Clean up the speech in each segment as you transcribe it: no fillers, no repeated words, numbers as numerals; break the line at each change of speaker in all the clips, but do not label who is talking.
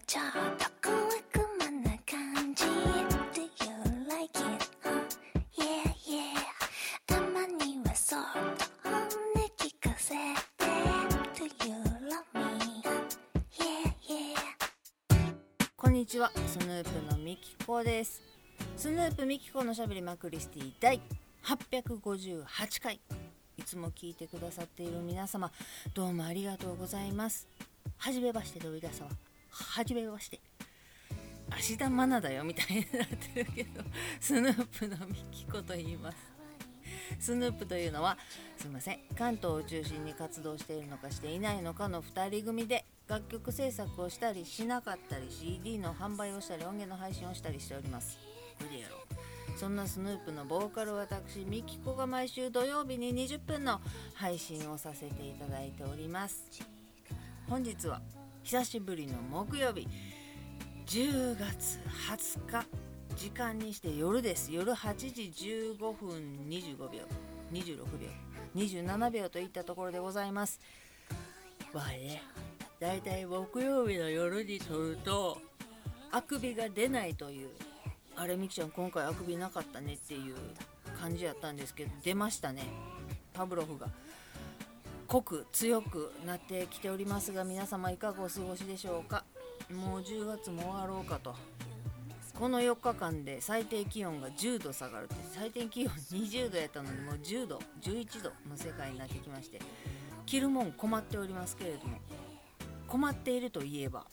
ちょっと小悪魔な感じ Do you like it? Yeah, yeah たまにはそっと本音聞かせて Do you love me? Yeah, yeah
こんにちは、スヌープのみきこです。スヌープみきこのしゃべりまクリスティ第858回、いつも聞いてくださっている皆様、どうもありがとうございます。はじめましての皆様、はじめまして。芦田愛菜だよみたいになってるけど、スヌープのみきこと言います。スヌープというのは、すいません、関東を中心に活動しているのかしていないのかの2人組で楽曲制作をしたりしなかったり CD の販売をしたり音源の配信をしたりしております。これでやろう。そんなスヌープのボーカル私みきこが毎週土曜日に20分の配信をさせていただいております。本日は久しぶりの木曜日、10月20日、時間にして夜です。夜8時15分25秒26秒27秒といったところでございます。まあね、だいたい木曜日の夜に撮るとあくびが出ないという、あれみきちゃん今回あくびなかったねっていう感じやったんですけど、出ましたね。パブロフが濃く強くなってきておりますが、皆様いかがお過ごしでしょうか。もう10月も終わろうかと。この4日間で最低気温が10度下がるって、最低気温20度やったのにもう10度11度の世界になってきまして、着るもん困っておりますけれども、困っているといえば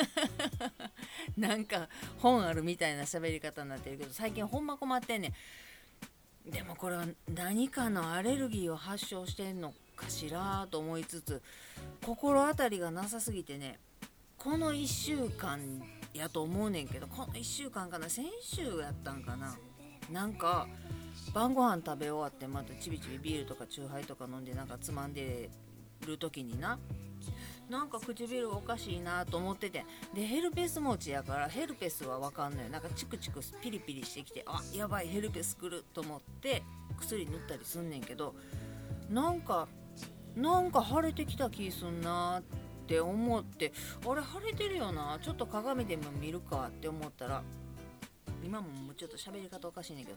なんか本あるみたいな喋り方になってるけど、最近ほんま困ってんねん。でもこれは何かのアレルギーを発症してんのかしらと思いつつ、心当たりがなさすぎてね、この1週間やと思うねんけど、この1週間かな、先週やったんかな、なんか晩ご飯食べ終わってまたちびちびビールとかチューハイとか飲んでなんかつまんでる時になんか唇おかしいなと思ってて、でヘルペス持ちやからヘルペスはわかんない、なんかチクチクピリピリしてきて、あ、やばいヘルペス来ると思って薬塗ったりすんねんけど、なんか腫れてきた気すんなって思って、あれ腫れてるよな、ちょっと鏡でも見るかって思ったら、今ももうちょっと喋り方おかしいねんけど、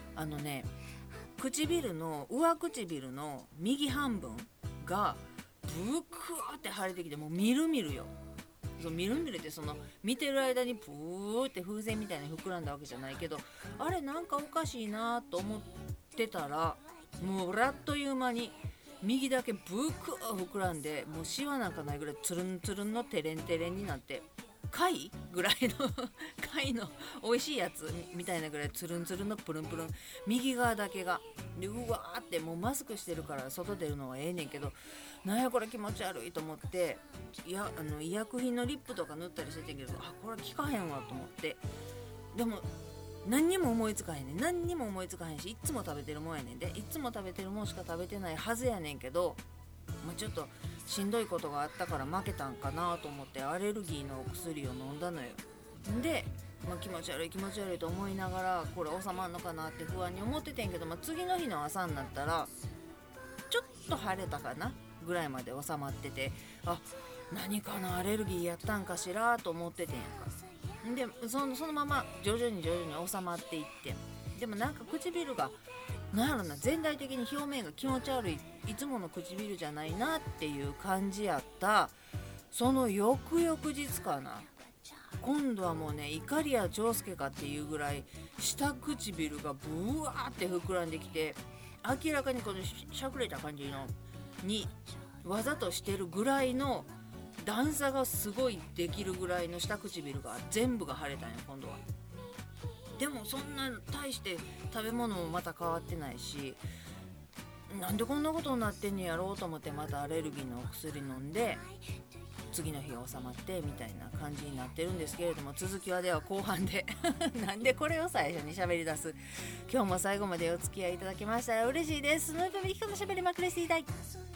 唇の上唇の右半分がブクーって腫れてきて、もうみるみるよ。そうみるみるって、その見てる間にプーって風船みたいに膨らんだわけじゃないけど、あれなんかおかしいなと思ってたら、もうあっという間に右だけブクー膨らんで、もうシワなんかないぐらいツルンツルンのテレンテレンになって、貝ぐらいの貝の美味しいやつみたいなぐらいツルンツルンのプルンプルン、右側だけがで、うわーって、もうマスクしてるから外出るのはええねんけど、なんやこれ気持ち悪いと思って、医薬品のリップとか塗ったりしててんけど、あ、これ効かへんわと思って、でも何にも思いつかへんねん、何にも思いつかへんし、いつも食べてるもんやねんで、いつも食べてるもんしか食べてないはずやねんけど、ちょっとしんどいことがあったから負けたんかなと思ってアレルギーの薬を飲んだのよ。で、気持ち悪いと思いながら、これ収まんのかなって不安に思っててんけど、次の日の朝になったらちょっと晴れたかなぐらいまで収まってて、あ、何かのアレルギーやったんかしらと思っててんやんか。でそのまま徐々に収まっていって、でもなんか唇がなんやろな、全体的に表面が気持ち悪い、いつもの唇じゃないなっていう感じやった。その翌々日かな、今度はもうね、イカリア長介かっていうぐらい下唇がブワーって膨らんできて、明らかにこのしゃくれた感じのにわざとしてるぐらいの段差がすごいできるぐらいの下唇が全部が腫れたんよ今度は。でもそんな大して食べ物もまた変わってないし、なんでこんなことになってんねやろうと思って、またアレルギーのお薬飲んで次の日が収まってみたいな感じになってるんですけれども、続きはでは後半でなんでこれを最初に喋り出す。今日も最後までお付き合いいただきましたら嬉しいです。スヌープみきこのしゃべりまくりスティ第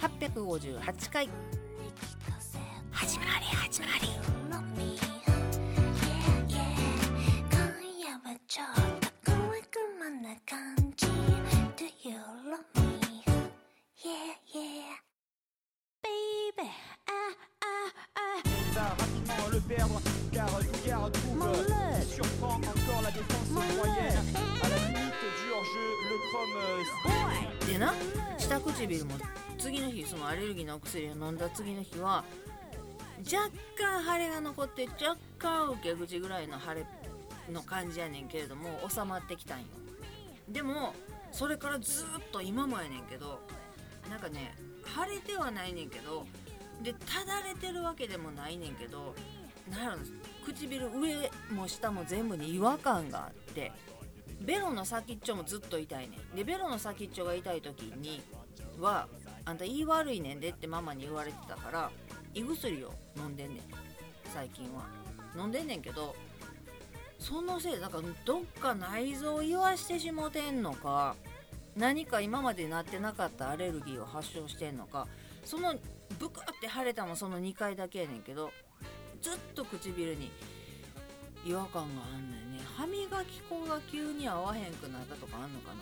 858回、始まり
ちょっと小悪魔な感じ Do you love me? Yeah, yeah Baby,
Il va rapidement le perdre car car Dougar trouve surprend encore la défense moyenne à la limite du hors-jeu. Le Chrome
でな、下唇も次の日そのアレルギーのお薬を飲んだ次の日は若干腫れが残って若干受け口ぐらいの腫れの感じやねんけれども収まってきたんよ。でもそれからずっと今もやねんけどなんかね腫れてはないねんけどでただれてるわけでもないねんけどなんやろ唇上も下も全部に違和感があってベロの先っちょもずっと痛いねん。でベロの先っちょが痛い時にはあんた言い悪いねんでってママに言われてたから胃薬を飲んでんねん最近は飲んでんねんけどそのせいだからどっか内臓を言わしてしもてんのか何か今までなってなかったアレルギーを発症してんのかそのブクって腫れたもその2回だけやねんけどずっと唇に違和感があんねんね。歯磨き粉が急に合わへんくなったとかあんのかな。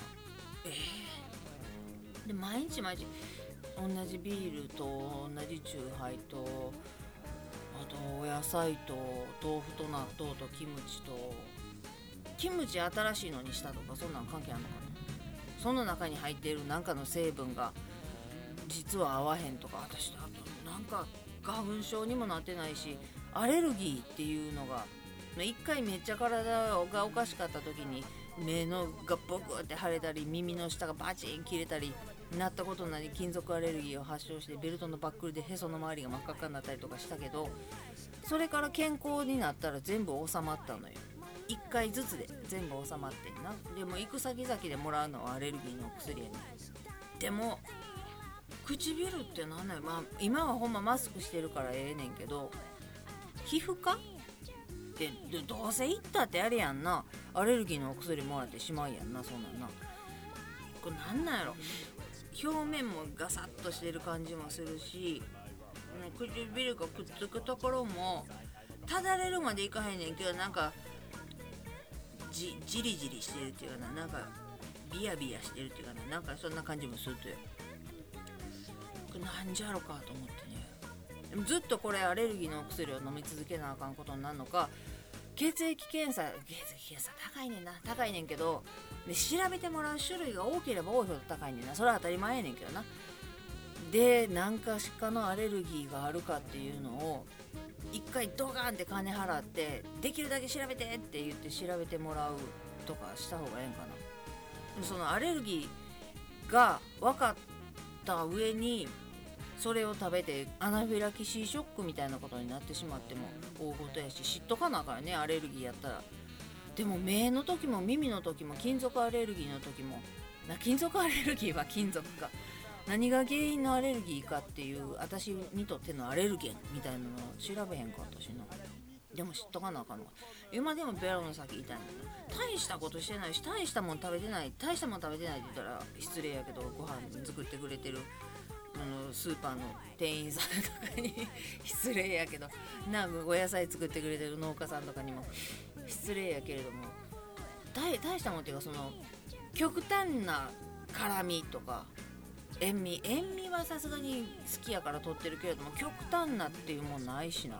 で毎日同じビールと同じチューハイとあとお野菜と豆腐と納豆とキムチ新しいのにしたとかそんなん関係あんのかな。その中に入っているなんかの成分が実は合わへんとか私あとなんか花粉症にもなってないしアレルギーっていうのが一回めっちゃ体がおかしかった時に目のがボクって腫れたり耳の下がバチン切れたりなったことなり金属アレルギーを発症してベルトのバックルでへその周りが真っ赤っかになったりとかしたけどそれから健康になったら全部収まったのよ。1回ずつで全部収まってんな。でも行く先々でもらうのはアレルギーの薬やねん。でも唇ってなんだよ、今はほんまマスクしてるからええねんけど皮膚科でどうせ行ったってあれやんなアレルギーのお薬もらってしまうやんなそんなんな。これなんなんやろ表面もガサッとしてる感じもするし唇がくっつくところもただれるまでいかへんねんけどなんかじりじりしてるっていうかなんかビヤビヤしてるっていうかなんかそんな感じもするとよ。これなんじゃろかと思ってね。でもずっとこれアレルギーのお薬を飲み続けなあかんことになるのか血液検査高いねんけどで調べてもらう種類が多ければ多いほど高いねんな。それは当たり前やねんけどな。で何かしかのアレルギーがあるかっていうのを一回ドカンって金払ってできるだけ調べてって言って調べてもらうとかした方がええんかな。でもそのアレルギーが分かった上にそれを食べてアナフィラキシーショックみたいなことになってしまっても大事やし知っとかなあからねアレルギーやったら。でも目の時も耳の時も金属アレルギーの時も金属アレルギーは金属か何が原因のアレルギーかっていう私にとってのアレルゲンみたいなのを調べへんかったしな。でも知っとかなあかんのか。今でもベロの先痛いの大したことしてないし大したもん食べてないって言ったら失礼やけどご飯作ってくれてるスーパーの店員さんとかに失礼やけどお野菜作ってくれてる農家さんとかにも失礼やけれども大したもんっていうかその極端な辛みとか塩味はさすがに好きやから取ってるけれども極端なっていうもんないしな。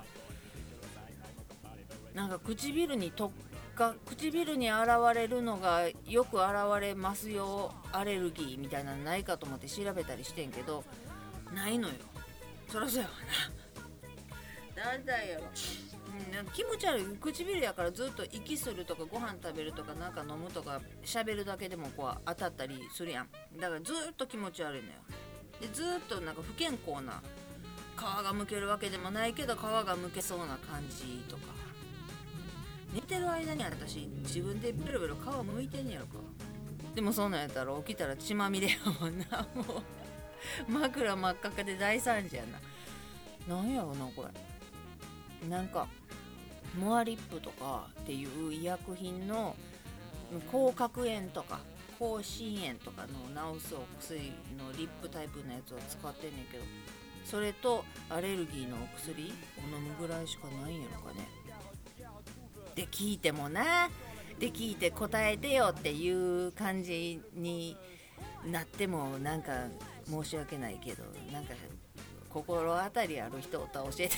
なんか唇に現れるのがよく現れますよアレルギーみたいなのないかと思って調べたりしてんけどないのよ。そらそうやわな。なんだよ、気持ち悪い唇やからずっと息するとかご飯食べるとかなんか飲むとか喋るだけでもこう当たったりするやん。だからずっと気持ち悪いのよ。でずっとなんか不健康な皮がむけるわけでもないけど皮がむけそうな感じとか寝てる間に私自分でベロベロ皮むいてんねやろか。でもそんなんやったら起きたら血まみれやもんな。もう枕真っ赤かで大惨事やな。なんやろなこれ。なんかモアリップとかっていう医薬品の口角炎とか口唇炎とかの治すお薬のリップタイプのやつを使ってんねんけどそれとアレルギーのお薬を飲むぐらいしかないんやろかね。で聞いてもなで聞いて答えてよっていう感じになってもなんか申し訳ないけどなんか心当たりある人を教えて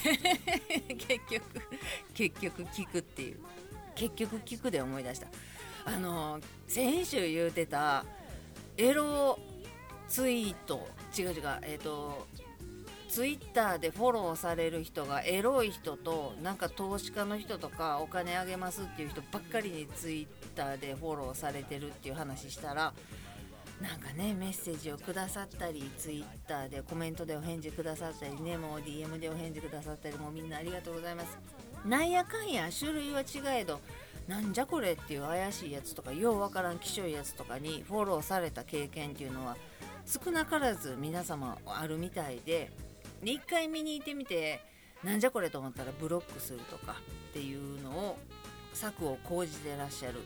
結局聞くっていう、結局聞くで思い出した。先週言うてたエロツイート、違うツイッターでフォローされる人がエロい人となんか投資家の人とかお金あげますっていう人ばっかりにツイッターでフォローされてるっていう話したら、なんかねメッセージをくださったり、ツイッターでコメントでお返事くださったりね、もう DM でお返事くださったり、もうみんなありがとうございます。なんやかんや種類は違えど、なんじゃこれっていう怪しいやつとかようわからんきしょいやつとかにフォローされた経験っていうのは少なからず皆様あるみたいで、一回見に行ってみてなんじゃこれと思ったらブロックするとかっていうのを策を講じてらっしゃる、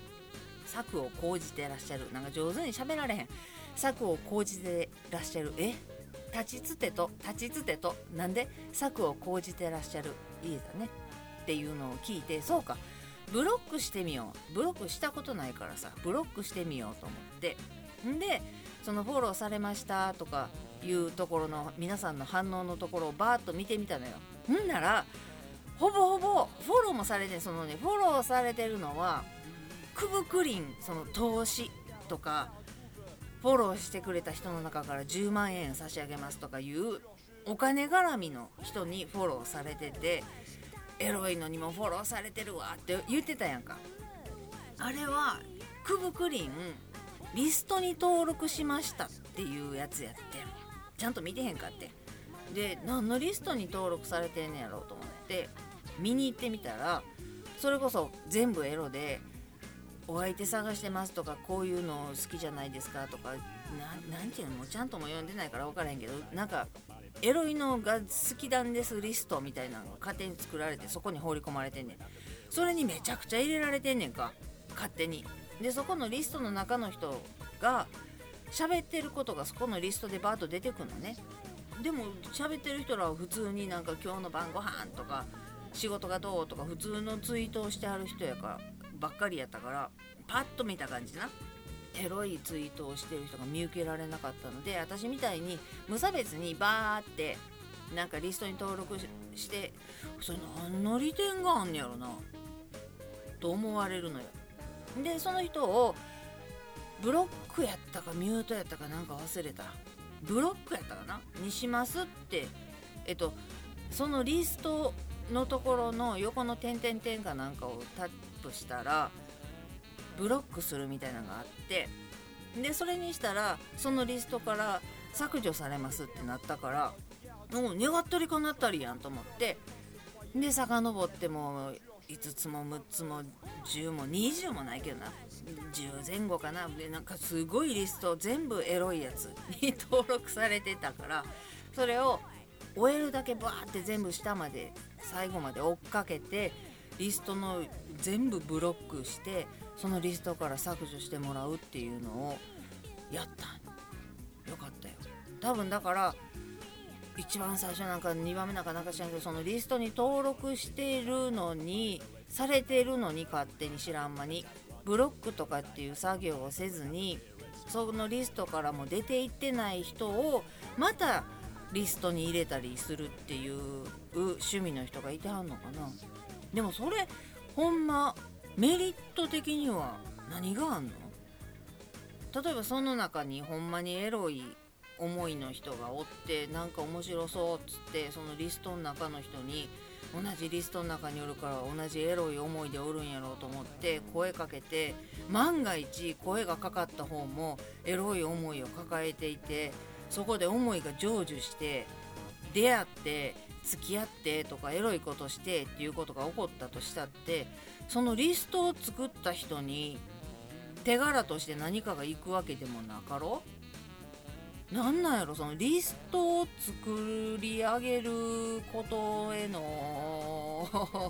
なんか上手に喋られへん、策を講じてらっしゃる、立ちつてとなんで策を講じてらっしゃる家だねっていうのを聞いて、そうかブロックしてみよう、ブロックしたことないからさブロックしてみようと思って、んでそのフォローされましたとかいうところの皆さんの反応のところをバーッと見てみたのよ。んならほぼフォローもされて、フォローされてるのはくぶくりん、その投資とかフォローしてくれた人の中から10万円差し上げますとかいうお金絡みの人にフォローされてて、エロいのにもフォローされてるわって言ってたやんか。あれはくぶくりんリストに登録しましたっていうやつやって、ちゃんと見てへんかって、で何のリストに登録されてんねやろうと思って見に行ってみたら、それこそ全部エロで、お相手探してますとか、こういうの好きじゃないですかとか、なんていうのもちゃんとも読んでないから分からへんけど、なんかエロいのが好きなんですリストみたいなのが勝手に作られて、そこに放り込まれてんねん。それにめちゃくちゃ入れられてんねんか、勝手に。でそこのリストの中の人が喋ってることがそこのリストでバーッと出てくるのね。でも喋ってる人らは普通になんか今日の晩ご飯とか仕事がどうとか普通のツイートをしてはる人やからばっかりやったから、パッと見た感じなエロいツイートをしてる人が見受けられなかったので、私みたいに無差別にバーってなんかリストに登録して、それ何の利点があんねやろなと思われるのよ。でその人をブロックやったかミュートやったかなんか忘れた、ブロックやったかなにしますって、そのリストのところの横の点々点かなんかをタップしたらブロックするみたいなのがあって、でそれにしたらそのリストから削除されますってなったから、もう願ったりかなったりやんと思って、で遡っても5つも6つも10も20もないけどな、10前後かな、でなんかすごいリスト全部エロいやつに登録されてたから、それを終えるだけバーって全部下まで最後まで追っかけてリストの全部ブロックして、そのリストから削除してもらうっていうのをやったんよかったよ。多分だから一番最初なんか2番目なんか知らんけど、そのリストに登録してるのにされてるのに勝手に知らん間にブロックとかっていう作業をせずに、そのリストからも出ていってない人をまたリストに入れたりするっていう趣味の人がいてはんのかな。でもそれほんまメリット的には何があんの？例えばその中にほんまにエロい思いの人がおって、なんか面白そうっつってそのリストの中の人に、同じリストの中におるから同じエロい思いでおるんやろうと思って声かけて、万が一声がかかった方もエロい思いを抱えていて、そこで思いが成就して出会って付き合ってとかエロいことしてっていうことが起こったとしたって、そのリストを作った人に手柄として何かが行くわけでもなかろ。なんなんやろ、そのリストを作り上げることへの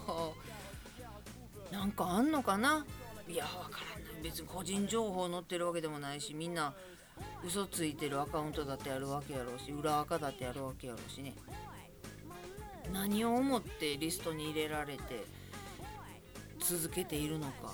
なんかあんのかな。いやわからんない。別に個人情報載ってるわけでもないし、みんな嘘ついてるアカウントだってあるわけやろうし、裏アカだってあるわけやろうしね。何を思ってリストに入れられて続けているのか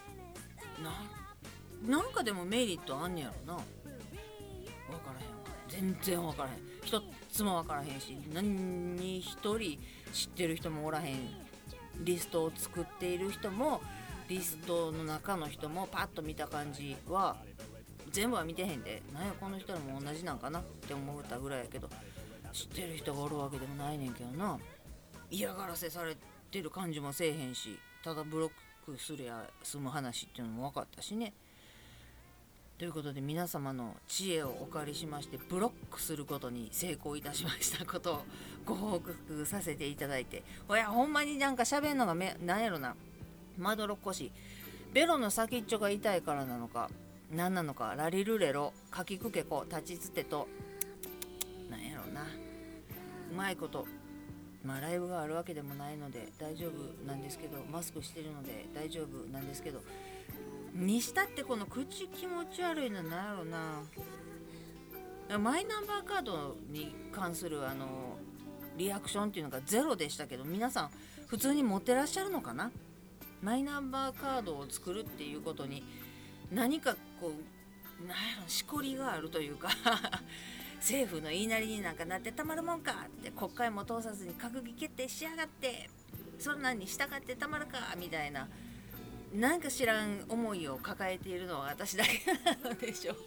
なんかでもメリットあんねやろな。分からへんわ、全然分からへん。人つも分からへんし、何に一人知ってる人もおらへん。リストを作っている人もリストの中の人もパッと見た感じは全部は見てへんで、なんやこの人らも同じなんかなって思ったぐらいやけど、知ってる人がおるわけでもないねんけどな。嫌がらせされてる感じもせえへんし、ただブロックすりゃ済む話っていうのも分かったしね。ということで皆様の知恵をお借りしましてブロックすることに成功いたしましたことをご報告させていただいて、ほんまになんか喋んのがなんやろな、まどろっこしい。ベロの先っちょが痛いからなのか何なのか、ラリルレロかきくけこ立ちつてとなんやろな、うまいことライブがあるわけでもないので大丈夫なんですけど、マスクしてるので大丈夫なんですけど、にしたってこの口気持ち悪いのなんやろな。マイナンバーカードに関するリアクションっていうのがゼロでしたけど、皆さん普通に持ってらっしゃるのかな。マイナンバーカードを作るっていうことに何かこうなんやろしこりがあるというか政府の言いなりになんかなってたまるもんかって、国会も通さずに閣議決定しやがってそんなんに従ってたまるかみたいな、なんか知らん思いを抱えているのは私だけなのでしょう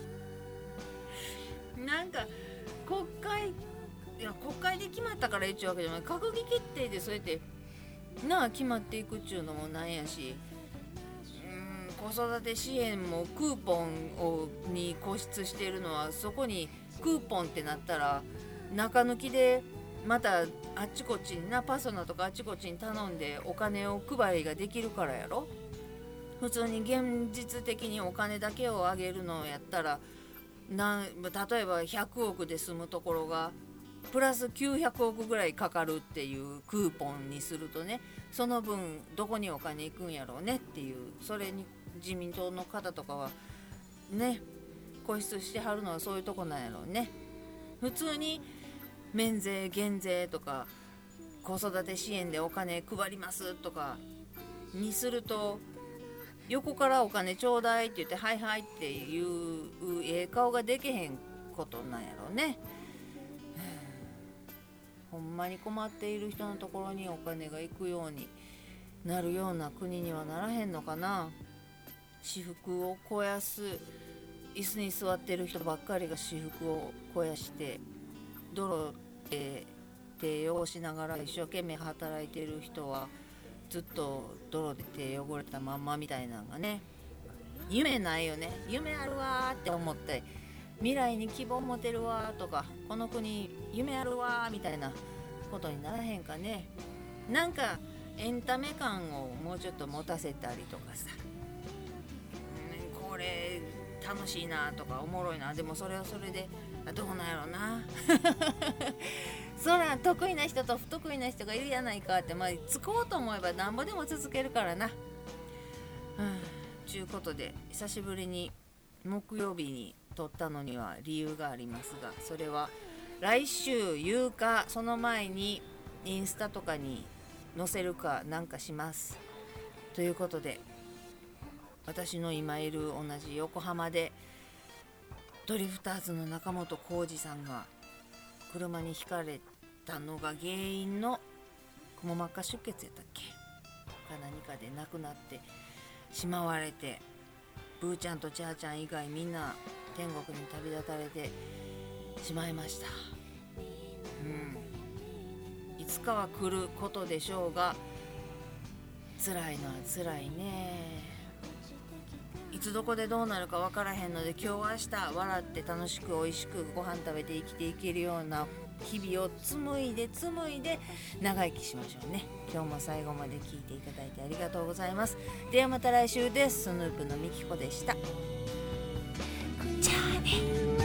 か。なんか国会で決まったから言っちゃうわけじゃない。閣議決定でそうやって決まっていくっちゅうのもなんやし、子育て支援もクーポンに固執しているのは、そこにクーポンってなったら中抜きでまたあっちこっちにパソナとかあっちこっちに頼んでお金を配りができるからやろ。普通に現実的にお金だけをあげるのやったら例えば100億で済むところがプラス900億ぐらいかかるっていうクーポンにするとね、その分どこにお金行くんやろうねっていう、それに自民党の方とかはね固執してはるのはそういうとこなんやろうね。普通に免税減税とか子育て支援でお金配りますとかにすると、横からお金ちょうだいって言ってはいはいっていう顔ができへんことなんやろうね。ほんまに困っている人のところにお金が行くようになるような国にはならへんのかな。私服を肥やす、椅子に座ってる人ばっかりが私服を肥やして泥で手をしながら一生懸命働いている人はずっと泥で手汚れたまんまみたいなのがね、夢ないよね。夢あるわって思って、未来に希望持てるわとか、この国夢あるわみたいなことにならへんかね。なんかエンタメ感をもうちょっと持たせたりとかさ、これ楽しいなとかおもろいな、でもそれはそれでどうなんやろなそら得意な人と不得意な人がいるやないかって、つこうと思えばなんぼでも続けるからな。ちゅうことで久しぶりに木曜日に撮ったのには理由がありますが、それは来週言うかその前にインスタとかに載せるかなんかしますということで、私の今いる同じ横浜でドリフターズの中本浩二さんが車にひかれたのが原因のくも膜下出血やったっけか何かで亡くなってしまわれて、ブーちゃんとチャーちゃん以外みんな天国に旅立たれてしまいました。いつかは来ることでしょうが、辛いのは辛いね。いつどこでどうなるか分からへんので、今日は明日笑って楽しく美味しくご飯食べて生きていけるような日々を紡いで長生きしましょうね。今日も最後まで聞いていただいてありがとうございます。ではまた来週です。スヌープのみきこでした。
じゃあね。